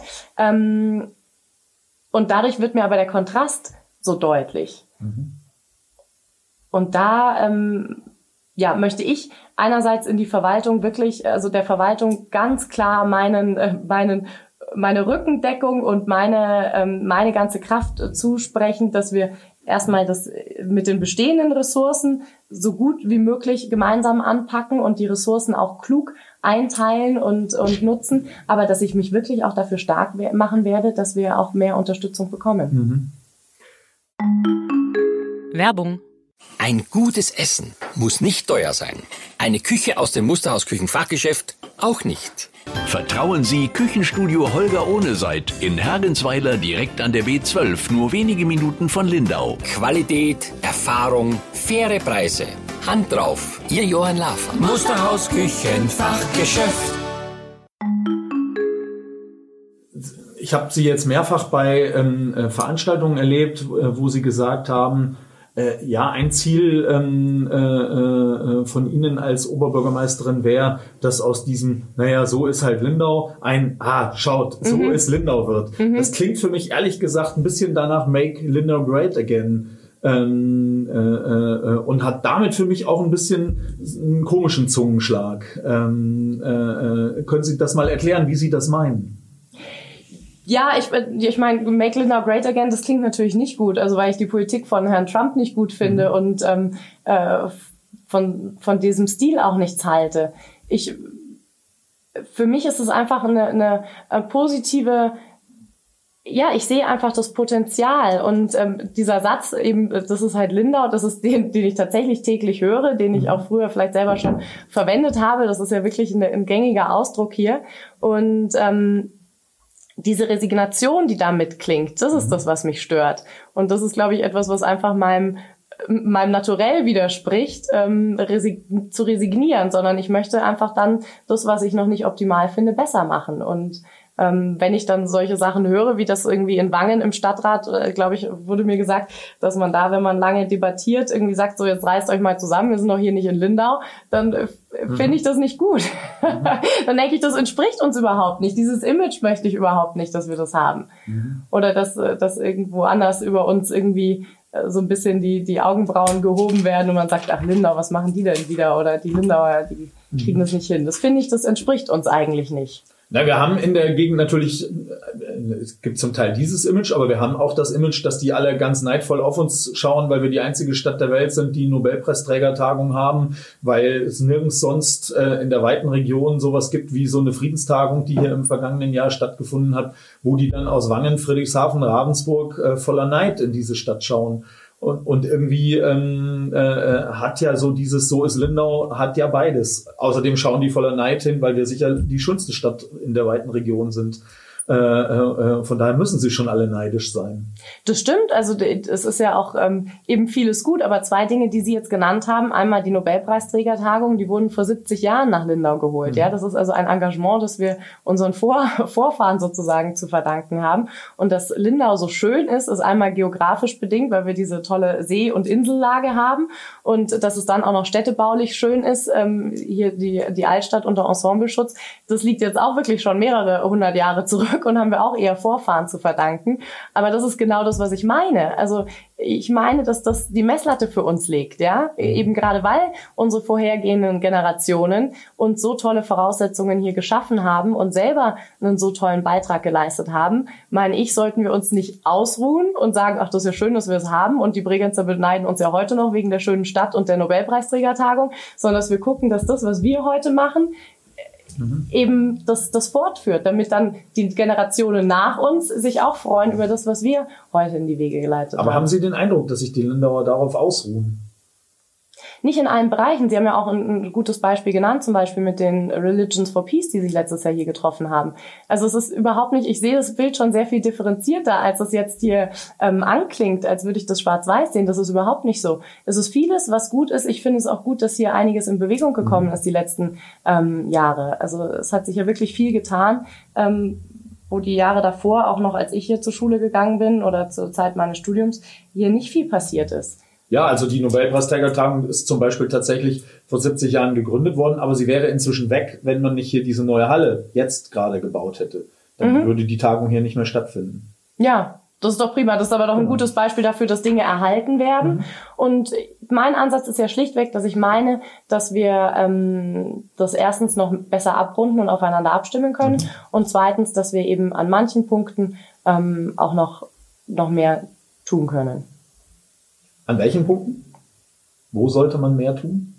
Und dadurch wird mir aber der Kontrast so deutlich. Und da möchte ich einerseits in die Verwaltung wirklich, also der Verwaltung ganz klar meine Rückendeckung und meine ganze Kraft zusprechen, dass wir erstmal das mit den bestehenden Ressourcen so gut wie möglich gemeinsam anpacken und die Ressourcen auch klug einteilen und nutzen, aber dass ich mich wirklich auch dafür stark machen werde, dass wir auch mehr Unterstützung bekommen. Werbung. Ein gutes Essen muss nicht teuer sein. Eine Küche aus dem Musterhaus Küchenfachgeschäft auch nicht. Vertrauen Sie Küchenstudio Holger Ohneseit in Hergensweiler direkt an der B12, nur wenige Minuten von Lindau. Qualität, Erfahrung, faire Preise. Hand drauf, Ihr Johann Lafer. Musterhaus Küchenfachgeschäft. Ich habe Sie jetzt mehrfach bei Veranstaltungen erlebt, wo Sie gesagt haben, ein Ziel von Ihnen als Oberbürgermeisterin wäre, dass aus diesem, so ist halt Lindau, so ist Lindau wird. Das klingt für mich ehrlich gesagt ein bisschen danach Make Lindau Great Again und hat damit für mich auch ein bisschen einen komischen Zungenschlag. Können Sie das mal erklären, wie Sie das meinen? Ja, ich meine, Make Lindau Great Again, das klingt natürlich nicht gut, also weil ich die Politik von Herrn Trump nicht gut finde und von diesem Stil auch nichts halte. Für mich ist es einfach eine positive, ich sehe einfach das Potenzial, und dieser Satz eben, das ist halt Lindau, das ist den ich tatsächlich täglich höre, den ich auch früher vielleicht selber schon verwendet habe, das ist ja wirklich ein gängiger Ausdruck hier, und diese Resignation, die da mitklingt, das ist das, was mich stört. Und das ist, glaube ich, etwas, was einfach meinem Naturell widerspricht, zu resignieren, sondern ich möchte einfach dann das, was ich noch nicht optimal finde, besser machen. Und wenn ich dann solche Sachen höre, wie das irgendwie in Wangen im Stadtrat, glaube ich, wurde mir gesagt, dass man da, wenn man lange debattiert, irgendwie sagt, so jetzt reißt euch mal zusammen, wir sind doch hier nicht in Lindau, dann finde ich das nicht gut. Dann denke ich, das entspricht uns überhaupt nicht. Dieses Image möchte ich überhaupt nicht, dass wir das haben. Oder dass irgendwo anders über uns irgendwie so ein bisschen die Augenbrauen gehoben werden und man sagt, ach Lindau, was machen die denn wieder? Oder die Lindauer, die kriegen das nicht hin. Das finde ich, das entspricht uns eigentlich nicht. Na, wir haben in der Gegend natürlich, es gibt zum Teil dieses Image, aber wir haben auch das Image, dass die alle ganz neidvoll auf uns schauen, weil wir die einzige Stadt der Welt sind, die Nobelpreisträgertagung haben, weil es nirgends sonst in der weiten Region sowas gibt wie so eine Friedenstagung, die hier im vergangenen Jahr stattgefunden hat, wo die dann aus Wangen, Friedrichshafen, Ravensburg voller Neid in diese Stadt schauen. Und irgendwie hat ja so dieses So ist Lindau, hat ja beides. Außerdem schauen die voller Neid hin, weil wir sicher die schönste Stadt in der weiten Region sind. Von daher müssen sie schon alle neidisch sein. Das stimmt, also es ist ja auch eben vieles gut, aber 2 Dinge, die Sie jetzt genannt haben, einmal die Nobelpreisträgertagung, die wurden vor 70 Jahren nach Lindau geholt. Ja, das ist also ein Engagement, das wir unseren Vorfahren sozusagen zu verdanken haben. Und dass Lindau so schön ist einmal geografisch bedingt, weil wir diese tolle See- und Insellage haben, und dass es dann auch noch städtebaulich schön ist, hier die Altstadt unter Ensembleschutz, das liegt jetzt auch wirklich schon mehrere 100 Jahre zurück und haben wir auch eher Vorfahren zu verdanken. Aber das ist genau das, was ich meine. Also ich meine, dass das die Messlatte für uns legt, ja. Eben gerade weil unsere vorhergehenden Generationen uns so tolle Voraussetzungen hier geschaffen haben und selber einen so tollen Beitrag geleistet haben, meine ich, sollten wir uns nicht ausruhen und sagen, ach, das ist ja schön, dass wir es haben, und die Bregenzer beneiden uns ja heute noch wegen der schönen Stadt und der Nobelpreisträgertagung, sondern dass wir gucken, dass das, was wir heute machen, eben das fortführt, damit dann die Generationen nach uns sich auch freuen über das, was wir heute in die Wege geleitet haben. Aber haben Sie den Eindruck, dass sich die Lindauer darauf ausruhen? Nicht in allen Bereichen. Sie haben ja auch ein gutes Beispiel genannt, zum Beispiel mit den Religions for Peace, die sich letztes Jahr hier getroffen haben. Also es ist überhaupt nicht, ich sehe das Bild schon sehr viel differenzierter, als es jetzt hier anklingt, als würde ich das schwarz-weiß sehen. Das ist überhaupt nicht so. Es ist vieles, was gut ist. Ich finde es auch gut, dass hier einiges in Bewegung gekommen ist die letzten Jahre. Also es hat sich ja wirklich viel getan, wo die Jahre davor, auch noch als ich hier zur Schule gegangen bin oder zur Zeit meines Studiums, hier nicht viel passiert ist. Ja, also die Nobelpreisträgertagung ist zum Beispiel tatsächlich vor 70 Jahren gegründet worden, aber sie wäre inzwischen weg, wenn man nicht hier diese neue Halle jetzt gerade gebaut hätte. Dann würde die Tagung hier nicht mehr stattfinden. Ja, das ist doch prima. Das ist aber doch ein gutes Beispiel dafür, dass Dinge erhalten werden. Und mein Ansatz ist ja schlichtweg, dass ich meine, dass wir das erstens noch besser abrunden und aufeinander abstimmen können und zweitens, dass wir eben an manchen Punkten auch noch mehr tun können. An welchen Punkten? Wo sollte man mehr tun?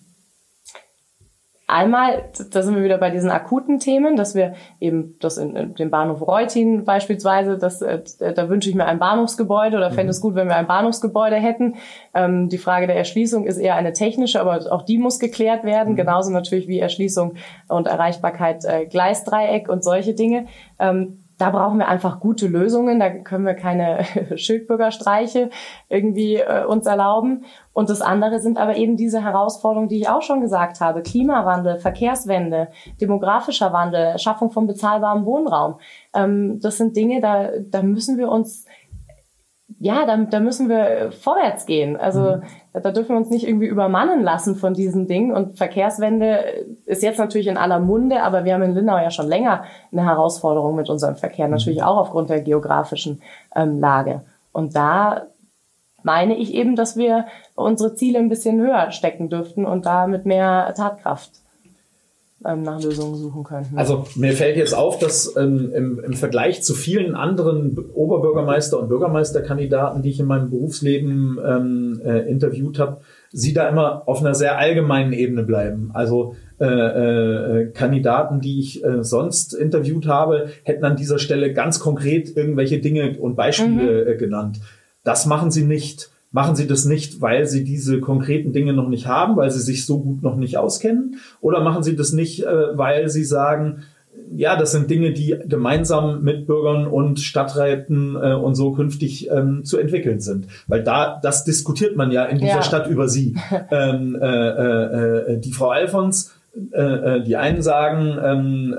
Einmal, da sind wir wieder bei diesen akuten Themen, dass wir eben das in dem Bahnhof Reutin beispielsweise, da wünsche ich mir ein Bahnhofsgebäude oder fände es gut, wenn wir ein Bahnhofsgebäude hätten. Die Frage der Erschließung ist eher eine technische, aber auch die muss geklärt werden, genauso natürlich wie Erschließung und Erreichbarkeit Gleisdreieck und solche Dinge. Da brauchen wir einfach gute Lösungen. Da können wir keine Schildbürgerstreiche irgendwie uns erlauben. Und das andere sind aber eben diese Herausforderungen, die ich auch schon gesagt habe. Klimawandel, Verkehrswende, demografischer Wandel, Schaffung von bezahlbarem Wohnraum. Das sind Dinge, da müssen wir uns, ja, da müssen wir vorwärts gehen. Also da dürfen wir uns nicht irgendwie übermannen lassen von diesen Dingen. Und Verkehrswende ist jetzt natürlich in aller Munde, aber wir haben in Lindau ja schon länger eine Herausforderung mit unserem Verkehr, natürlich auch aufgrund der geografischen Lage. Und da meine ich eben, dass wir unsere Ziele ein bisschen höher stecken dürften und da mit mehr Tatkraft nach Lösungen suchen könnten. Also mir fällt jetzt auf, dass im Vergleich zu vielen anderen Oberbürgermeister- und Bürgermeisterkandidaten, die ich in meinem Berufsleben interviewt habe, sie da immer auf einer sehr allgemeinen Ebene bleiben. Also Kandidaten, die ich sonst interviewt habe, hätten an dieser Stelle ganz konkret irgendwelche Dinge und Beispiele genannt. Das machen sie nicht. Machen Sie das nicht, weil Sie diese konkreten Dinge noch nicht haben, weil Sie sich so gut noch nicht auskennen? Oder machen Sie das nicht, weil Sie sagen, ja, das sind Dinge, die gemeinsam mit Bürgern und Stadträten und so künftig zu entwickeln sind? Weil das diskutiert man ja in dieser Stadt über Sie. Die Frau Alfons, die einen sagen,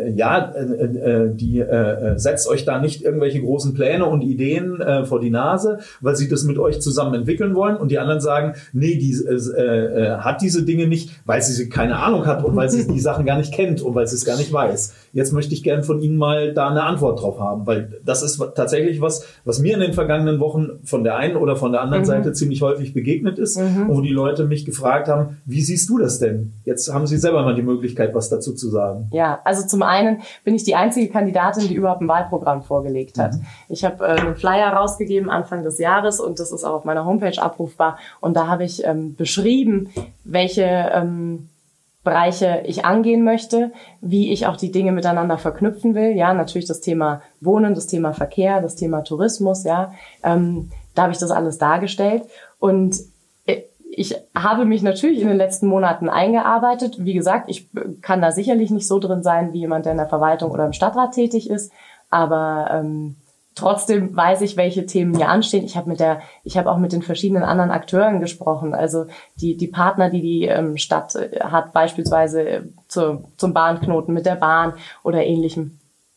die setzt euch da nicht irgendwelche großen Pläne und Ideen vor die Nase, weil sie das mit euch zusammen entwickeln wollen. Und die anderen sagen, nee, die hat diese Dinge nicht, weil sie keine Ahnung hat und weil sie die Sachen gar nicht kennt und weil sie es gar nicht weiß. Jetzt möchte ich gern von Ihnen mal da eine Antwort drauf haben, weil das ist tatsächlich was mir in den vergangenen Wochen von der einen oder von der anderen Seite ziemlich häufig begegnet ist, und wo die Leute mich gefragt haben, wie siehst du das denn? Jetzt haben Sie selber mal die Möglichkeit, was dazu zu sagen. Ja, also zum einen bin ich die einzige Kandidatin, die überhaupt ein Wahlprogramm vorgelegt hat. Ich habe einen Flyer rausgegeben Anfang des Jahres und das ist auch auf meiner Homepage abrufbar. Und da habe ich beschrieben, welche Bereiche ich angehen möchte, wie ich auch die Dinge miteinander verknüpfen will. Ja, natürlich das Thema Wohnen, das Thema Verkehr, das Thema Tourismus. Ja, da habe ich das alles dargestellt und ich habe mich natürlich in den letzten Monaten eingearbeitet. Wie gesagt, ich kann da sicherlich nicht so drin sein wie jemand, der in der Verwaltung oder im Stadtrat tätig ist. Aber trotzdem weiß ich, welche Themen hier anstehen. Ich habe auch mit den verschiedenen anderen Akteuren gesprochen. Also die Partner, die Stadt hat, beispielsweise zum Bahnknoten mit der Bahn oder Ähnlichem.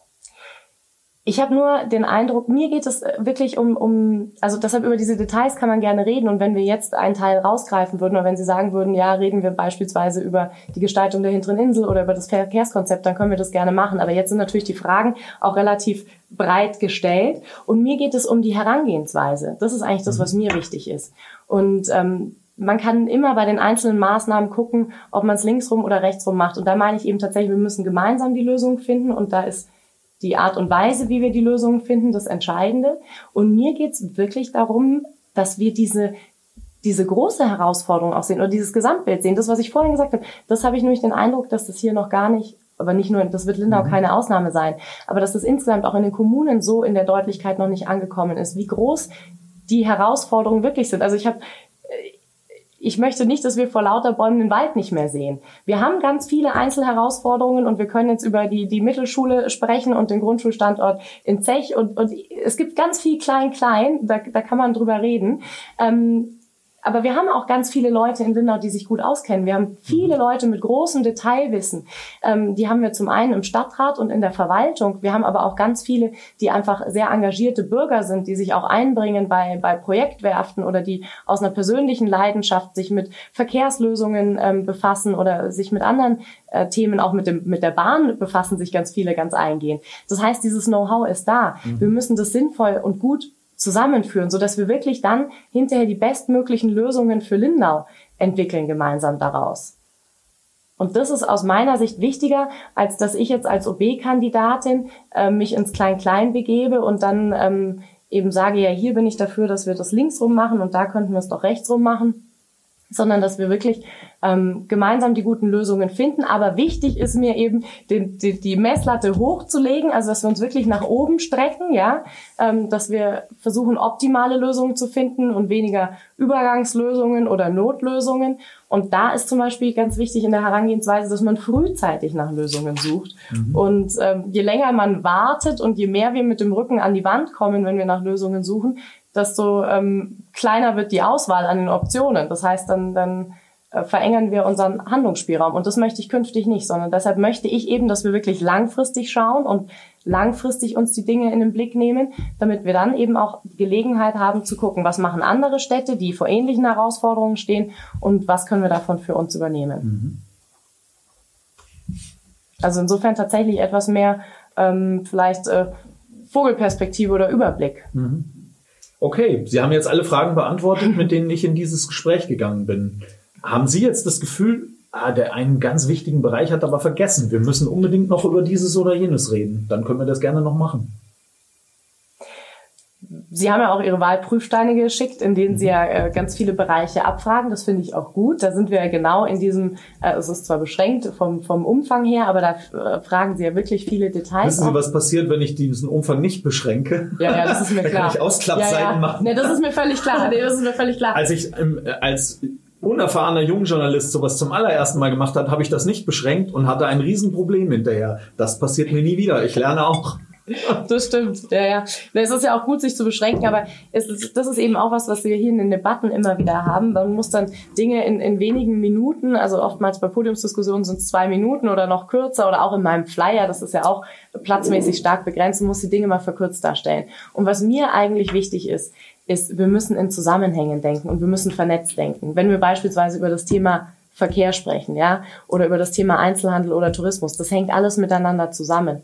Ich habe nur den Eindruck, mir geht es wirklich also deshalb über diese Details kann man gerne reden. Und wenn wir jetzt einen Teil rausgreifen würden oder wenn Sie sagen würden, ja, reden wir beispielsweise über die Gestaltung der hinteren Insel oder über das Verkehrskonzept, dann können wir das gerne machen. Aber jetzt sind natürlich die Fragen auch relativ breit gestellt. Und mir geht es um die Herangehensweise. Das ist eigentlich das, was mir wichtig ist. Und man kann immer bei den einzelnen Maßnahmen gucken, ob man es linksrum oder rechtsrum macht. Und da meine ich eben tatsächlich, wir müssen gemeinsam die Lösung finden. Und da ist die Art und Weise, wie wir die Lösungen finden, das Entscheidende. Und mir geht's wirklich darum, dass wir diese große Herausforderung auch sehen oder dieses Gesamtbild sehen. Das, was ich vorhin gesagt habe, das habe ich nämlich den Eindruck, dass das hier noch gar nicht, aber nicht nur, das wird Lindau keine Ausnahme sein, aber dass das insgesamt auch in den Kommunen so in der Deutlichkeit noch nicht angekommen ist, wie groß die Herausforderungen wirklich sind. Also ich möchte nicht, dass wir vor lauter Bäumen den Wald nicht mehr sehen. Wir haben ganz viele Einzelherausforderungen und wir können jetzt über die Mittelschule sprechen und den Grundschulstandort in Zech und es gibt ganz viel Klein-Klein, da kann man drüber reden. Aber wir haben auch ganz viele Leute in Lindau, die sich gut auskennen. Wir haben viele Leute mit großem Detailwissen. Die haben wir zum einen im Stadtrat und in der Verwaltung. Wir haben aber auch ganz viele, die einfach sehr engagierte Bürger sind, die sich auch einbringen bei Projektwerften oder die aus einer persönlichen Leidenschaft sich mit Verkehrslösungen befassen oder sich mit anderen Themen, auch mit der Bahn befassen sich ganz viele ganz eingehend. Das heißt, dieses Know-how ist da. Wir müssen das sinnvoll und gut zusammenführen, so dass wir wirklich dann hinterher die bestmöglichen Lösungen für Lindau entwickeln gemeinsam daraus. Und das ist aus meiner Sicht wichtiger, als dass ich jetzt als OB-Kandidatin mich ins Klein-Klein begebe und dann eben sage, ja, hier bin ich dafür, dass wir das linksrum machen und da könnten wir es doch rechtsrum machen, sondern dass wir wirklich gemeinsam die guten Lösungen finden. Aber wichtig ist mir eben, die Messlatte hochzulegen, also dass wir uns wirklich nach oben strecken, ja, dass wir versuchen, optimale Lösungen zu finden und weniger Übergangslösungen oder Notlösungen. Und da ist zum Beispiel ganz wichtig in der Herangehensweise, dass man frühzeitig nach Lösungen sucht. Und je länger man wartet und je mehr wir mit dem Rücken an die Wand kommen, wenn wir nach Lösungen suchen, desto kleiner wird die Auswahl an den Optionen. Das heißt, dann verengern wir unseren Handlungsspielraum. Und das möchte ich künftig nicht, sondern deshalb möchte ich eben, dass wir wirklich langfristig schauen und langfristig uns die Dinge in den Blick nehmen, damit wir dann eben auch die Gelegenheit haben zu gucken, was machen andere Städte, die vor ähnlichen Herausforderungen stehen und was können wir davon für uns übernehmen. Also insofern tatsächlich etwas mehr vielleicht Vogelperspektive oder Überblick. Okay, Sie haben jetzt alle Fragen beantwortet, mit denen ich in dieses Gespräch gegangen bin. Haben Sie jetzt das Gefühl, der einen ganz wichtigen Bereich hat aber vergessen, wir müssen unbedingt noch über dieses oder jenes reden? Dann können wir das gerne noch machen. Sie haben ja auch Ihre Wahlprüfsteine geschickt, in denen Sie ja ganz viele Bereiche abfragen. Das finde ich auch gut. Da sind wir ja genau in diesem, es ist zwar beschränkt vom Umfang her, aber da fragen Sie ja wirklich viele Details. Wissen Sie, was passiert, wenn ich diesen Umfang nicht beschränke? Ja, das ist mir klar. Da kann ich Ausklappseiten machen. Nee, das ist mir völlig klar. Als ich als unerfahrener Jungjournalist sowas zum allerersten Mal gemacht habe, habe ich das nicht beschränkt und hatte ein Riesenproblem hinterher. Das passiert mir nie wieder. Ich lerne auch. Das stimmt, ja. Es ist ja auch gut, sich zu beschränken, aber das ist eben auch was wir hier in den Debatten immer wieder haben. Man muss dann Dinge in wenigen Minuten, also oftmals bei Podiumsdiskussionen sind es 2 Minuten oder noch kürzer oder auch in meinem Flyer, das ist ja auch platzmäßig stark begrenzt, man muss die Dinge mal verkürzt darstellen. Und was mir eigentlich wichtig ist, wir müssen in Zusammenhängen denken und wir müssen vernetzt denken. Wenn wir beispielsweise über das Thema Verkehr sprechen, ja, oder über das Thema Einzelhandel oder Tourismus, das hängt alles miteinander zusammen.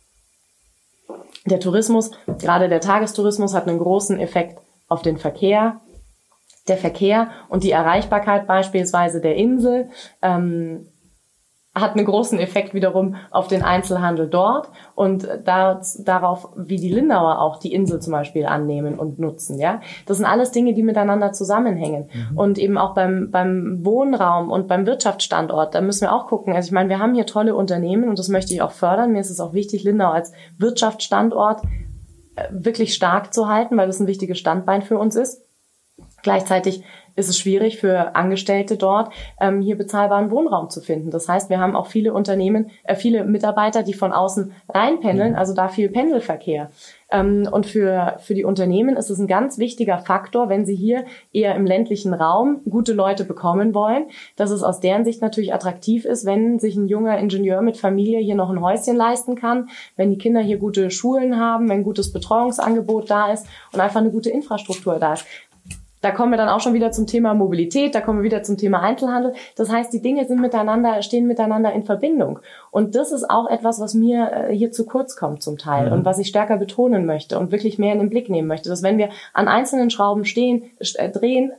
Der Tourismus, gerade der Tagestourismus, hat einen großen Effekt auf den Verkehr. Der Verkehr und die Erreichbarkeit beispielsweise der Insel hat einen großen Effekt wiederum auf den Einzelhandel dort und darauf, wie die Lindauer auch die Insel zum Beispiel annehmen und nutzen. Ja, das sind alles Dinge, die miteinander zusammenhängen. Und eben auch beim Wohnraum und beim Wirtschaftsstandort, da müssen wir auch gucken. Also ich meine, wir haben hier tolle Unternehmen und das möchte ich auch fördern. Mir ist es auch wichtig, Lindau als Wirtschaftsstandort wirklich stark zu halten, weil das ein wichtiges Standbein für uns ist. Gleichzeitig ist es schwierig für Angestellte dort, hier bezahlbaren Wohnraum zu finden. Das heißt, wir haben auch viele viele Mitarbeiter, die von außen reinpendeln, also da viel Pendelverkehr. Und für die Unternehmen ist es ein ganz wichtiger Faktor, wenn sie hier eher im ländlichen Raum gute Leute bekommen wollen, dass es aus deren Sicht natürlich attraktiv ist, wenn sich ein junger Ingenieur mit Familie hier noch ein Häuschen leisten kann, wenn die Kinder hier gute Schulen haben, wenn ein gutes Betreuungsangebot da ist und einfach eine gute Infrastruktur da ist. Da kommen wir dann auch schon wieder zum Thema Mobilität, da kommen wir wieder zum Thema Einzelhandel. Das heißt, die Dinge stehen miteinander in Verbindung. Und das ist auch etwas, was mir hier zu kurz kommt zum Teil und was ich stärker betonen möchte und wirklich mehr in den Blick nehmen möchte. Dass wenn wir an einzelnen Schrauben drehen,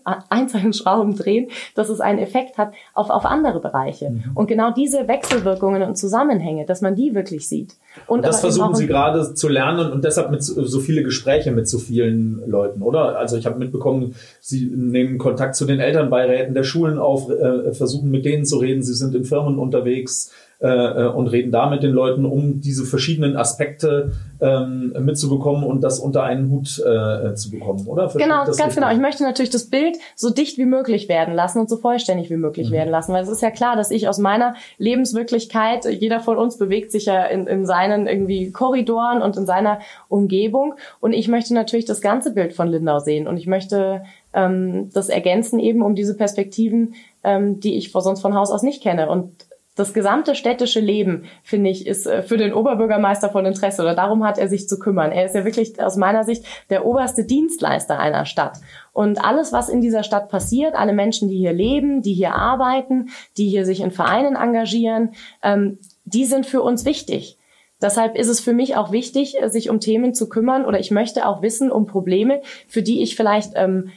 dass es einen Effekt hat auf andere Bereiche. Und genau diese Wechselwirkungen und Zusammenhänge, dass man die wirklich sieht. Und das versuchen Sie gerade zu lernen und deshalb mit so viele Gespräche mit so vielen Leuten, oder? Also ich habe mitbekommen, Sie nehmen Kontakt zu den Elternbeiräten der Schulen auf, versuchen mit denen zu reden. Sie sind in Firmen unterwegs und reden da mit den Leuten, um diese verschiedenen Aspekte mitzubekommen und das unter einen Hut zu bekommen, oder? Genau, ganz genau. Ich möchte natürlich das Bild so dicht wie möglich werden lassen und so vollständig wie möglich werden lassen, weil es ist ja klar, dass ich aus meiner Lebenswirklichkeit, jeder von uns bewegt sich ja in seinen irgendwie Korridoren und in seiner Umgebung und ich möchte natürlich das ganze Bild von Lindau sehen und ich möchte das ergänzen eben um diese Perspektiven, die ich sonst von Haus aus nicht kenne und das gesamte städtische Leben, finde ich, ist für den Oberbürgermeister von Interesse oder darum hat er sich zu kümmern. Er ist ja wirklich aus meiner Sicht der oberste Dienstleister einer Stadt. Und alles, was in dieser Stadt passiert, alle Menschen, die hier leben, die hier arbeiten, die hier sich in Vereinen engagieren, die sind für uns wichtig. Deshalb ist es für mich auch wichtig, sich um Themen zu kümmern oder ich möchte auch wissen um Probleme, für die ich vielleicht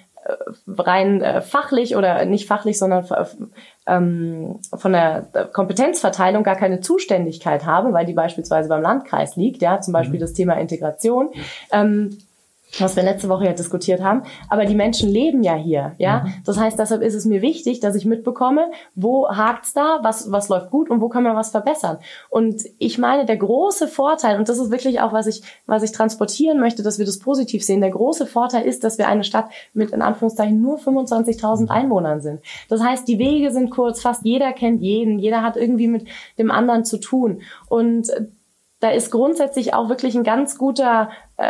rein fachlich oder nicht fachlich, sondern von der Kompetenzverteilung gar keine Zuständigkeit habe, weil die beispielsweise beim Landkreis liegt, ja, zum Beispiel das Thema Integration, was wir letzte Woche ja diskutiert haben. Aber die Menschen leben ja hier, ja. Das heißt, deshalb ist es mir wichtig, dass ich mitbekomme, wo hakt's da, was läuft gut und wo kann man was verbessern. Und ich meine, der große Vorteil, und das ist wirklich auch, was ich transportieren möchte, dass wir das positiv sehen, der große Vorteil ist, dass wir eine Stadt mit, in Anführungszeichen, nur 25.000 Einwohnern sind. Das heißt, die Wege sind kurz, fast jeder kennt jeden, jeder hat irgendwie mit dem anderen zu tun. Und da ist grundsätzlich auch wirklich eine ganz gute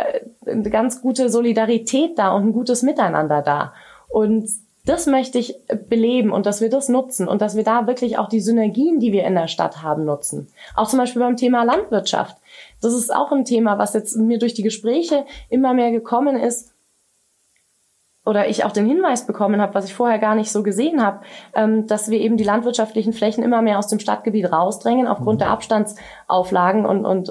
Solidarität da und ein gutes Miteinander da. Und das möchte ich beleben und dass wir das nutzen und dass wir da wirklich auch die Synergien, die wir in der Stadt haben, nutzen. Auch zum Beispiel beim Thema Landwirtschaft. Das ist auch ein Thema, was jetzt mir durch die Gespräche immer mehr gekommen ist, oder ich auch den Hinweis bekommen habe, was ich vorher gar nicht so gesehen habe, dass wir eben die landwirtschaftlichen Flächen immer mehr aus dem Stadtgebiet rausdrängen aufgrund der Abstandsauflagen und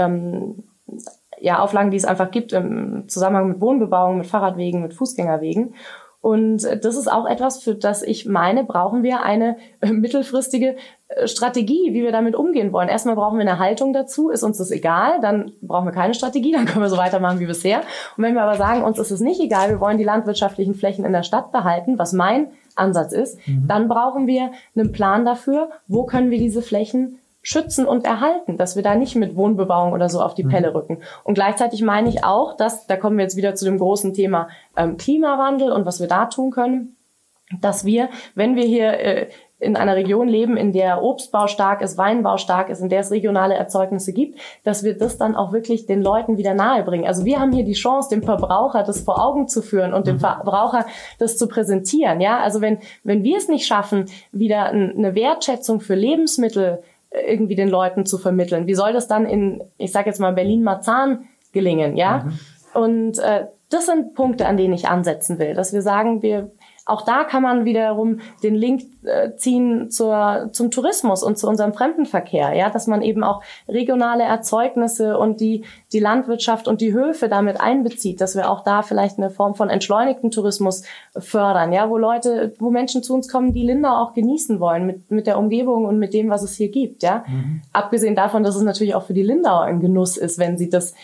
Auflagen, die es einfach gibt im Zusammenhang mit Wohnbebauung, mit Fahrradwegen, mit Fußgängerwegen. Und das ist auch etwas, für das ich meine, brauchen wir eine mittelfristige Strategie, wie wir damit umgehen wollen. Erstmal brauchen wir eine Haltung dazu. Ist uns das egal? Dann brauchen wir keine Strategie, dann können wir so weitermachen wie bisher. Und wenn wir aber sagen, uns ist es nicht egal, wir wollen die landwirtschaftlichen Flächen in der Stadt behalten, was mein Ansatz ist, dann brauchen wir einen Plan dafür, wo können wir diese Flächen schützen und erhalten, dass wir da nicht mit Wohnbebauung oder so auf die Pelle rücken. Und gleichzeitig meine ich auch, dass, da kommen wir jetzt wieder zu dem großen Thema Klimawandel und was wir da tun können, dass wir, wenn wir hier in einer Region leben, in der Obstbau stark ist, Weinbau stark ist, in der es regionale Erzeugnisse gibt, dass wir das dann auch wirklich den Leuten wieder nahebringen. Also wir haben hier die Chance, dem Verbraucher das vor Augen zu führen und dem Verbraucher das zu präsentieren. Ja, also wenn wir es nicht schaffen, wieder eine Wertschätzung für Lebensmittel irgendwie den Leuten zu vermitteln. Wie soll das dann in, ich sage jetzt mal, Berlin-Marzahn gelingen, ja? Und das sind Punkte, an denen ich ansetzen will, dass wir sagen, auch da kann man wiederum den Link ziehen zum Tourismus und zu unserem Fremdenverkehr, ja, dass man eben auch regionale Erzeugnisse und die Landwirtschaft und die Höfe damit einbezieht, dass wir auch da vielleicht eine Form von entschleunigten Tourismus fördern, ja, wo Menschen zu uns kommen, die Lindau auch genießen wollen mit der Umgebung und mit dem, was es hier gibt, ja. Abgesehen davon, dass es natürlich auch für die Lindauer ein Genuss ist, wenn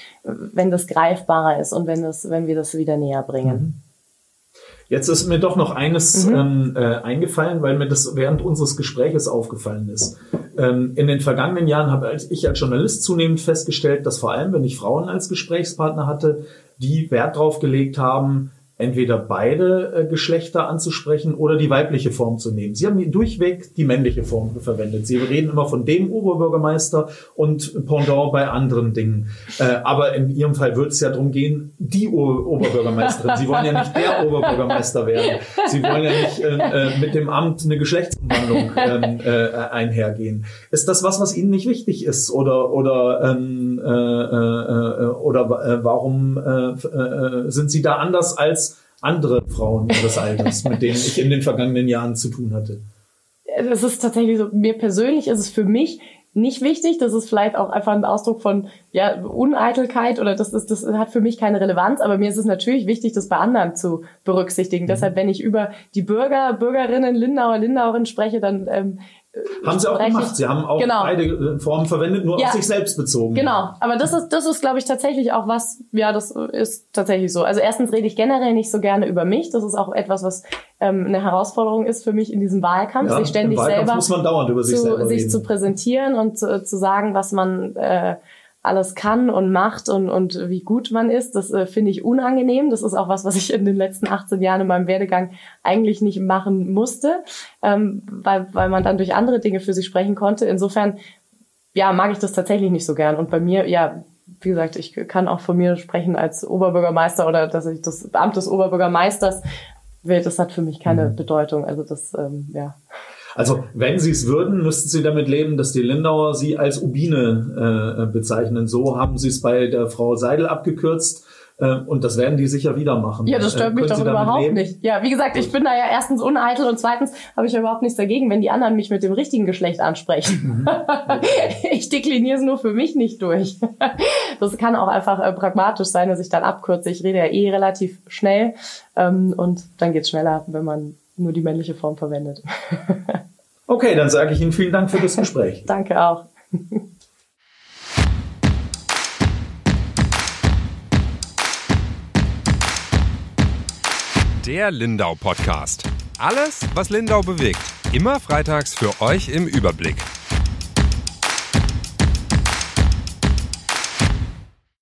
das greifbarer ist und wenn wir das wieder näher bringen. Jetzt ist mir doch noch eines eingefallen, weil mir das während unseres Gespräches aufgefallen ist. In den vergangenen Jahren habe ich als Journalist zunehmend festgestellt, dass vor allem, wenn ich Frauen als Gesprächspartner hatte, die Wert drauf gelegt haben, entweder beide Geschlechter anzusprechen oder die weibliche Form zu nehmen. Sie haben durchweg die männliche Form verwendet. Sie reden immer von dem Oberbürgermeister und Pendant bei anderen Dingen. Aber in Ihrem Fall wird es ja darum gehen, die Oberbürgermeisterin. Sie wollen ja nicht der Oberbürgermeister werden. Sie wollen ja nicht mit dem Amt eine Geschlechtsumwandlung einhergehen. Ist das was Ihnen nicht wichtig ist? Oder warum sind Sie da anders als andere Frauen ihres Alters, mit denen ich in den vergangenen Jahren zu tun hatte? Das ist tatsächlich so, mir persönlich ist es für mich nicht wichtig. Das ist vielleicht auch einfach ein Ausdruck von Uneitelkeit oder das hat für mich keine Relevanz. Aber mir ist es natürlich wichtig, das bei anderen zu berücksichtigen. Deshalb, wenn ich über die Bürgerinnen, Lindauerinnen spreche, dann haben Sie auch gemacht. Sie haben auch beide Formen verwendet, nur auf sich selbst bezogen. Genau. Aber das ist, glaube ich, tatsächlich auch was, das ist tatsächlich so. Also erstens rede ich generell nicht so gerne über mich. Das ist auch etwas, was eine Herausforderung ist für mich in diesem Wahlkampf, sich ständig selber muss man dauernd über sich zu präsentieren und zu sagen, was man alles kann und macht und wie gut man ist. Das finde ich unangenehm. Das ist auch was ich in den letzten 18 Jahren in meinem Werdegang eigentlich nicht machen musste, weil man dann durch andere Dinge für sich sprechen konnte. Insofern, mag ich das tatsächlich nicht so gern. Und bei mir, wie gesagt, ich kann auch von mir sprechen als Oberbürgermeister oder dass ich das Amt des Oberbürgermeisters will. Das hat für mich keine Bedeutung. Also das, Also wenn Sie es würden, müssten Sie damit leben, dass die Lindauer Sie als Ubine bezeichnen. So haben Sie es bei der Frau Seidel abgekürzt. Und das werden die sicher wieder machen. Ja, das stört mich doch überhaupt nicht. Ja, wie gesagt, ich bin da ja erstens uneitel und zweitens habe ich ja überhaupt nichts dagegen, wenn die anderen mich mit dem richtigen Geschlecht ansprechen. Ich dekliniere es nur für mich nicht durch. Das kann auch einfach pragmatisch sein, dass ich dann abkürze. Ich rede ja relativ schnell und dann geht's schneller, wenn man nur die männliche Form verwendet. Okay, dann sage ich Ihnen vielen Dank für das Gespräch. Danke auch. Der Lindau Podcast. Alles, was Lindau bewegt. Immer freitags für euch im Überblick.